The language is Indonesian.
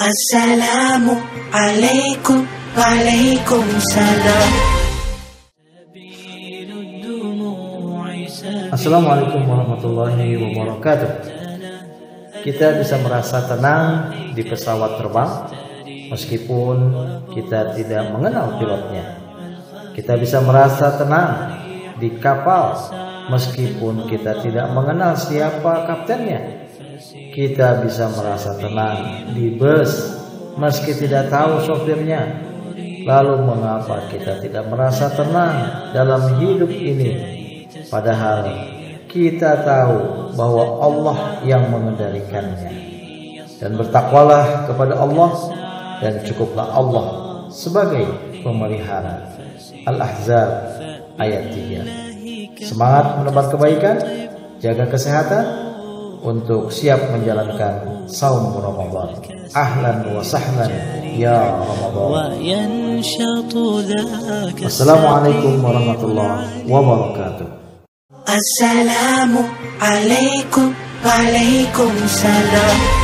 Assalamualaikum Waalaikumsalam. Assalamualaikum warahmatullahi wabarakatuh. Kita bisa merasa tenang di pesawat terbang meskipun kita tidak mengenal pilotnya. Kita bisa merasa tenang di kapal meskipun kita tidak mengenal siapa kaptennya. Kita bisa merasa tenang di bus meski tidak tahu sopirnya. Lalu mengapa kita tidak merasa tenang dalam hidup ini? Padahal kita tahu bahwa Allah yang mengendalikannya. Dan bertakwalah kepada Allah dan cukuplah Allah sebagai pemelihara. Al-Ahzab ayat 3. Semangat menebar kebaikan, jaga kesehatan untuk siap menjalankan saum Ramadan. Ahlan wa sahlan ya Ramadan. Assalamualaikum warahmatullahi wabarakatuh. Assalamualaikum Waalaikumsalam.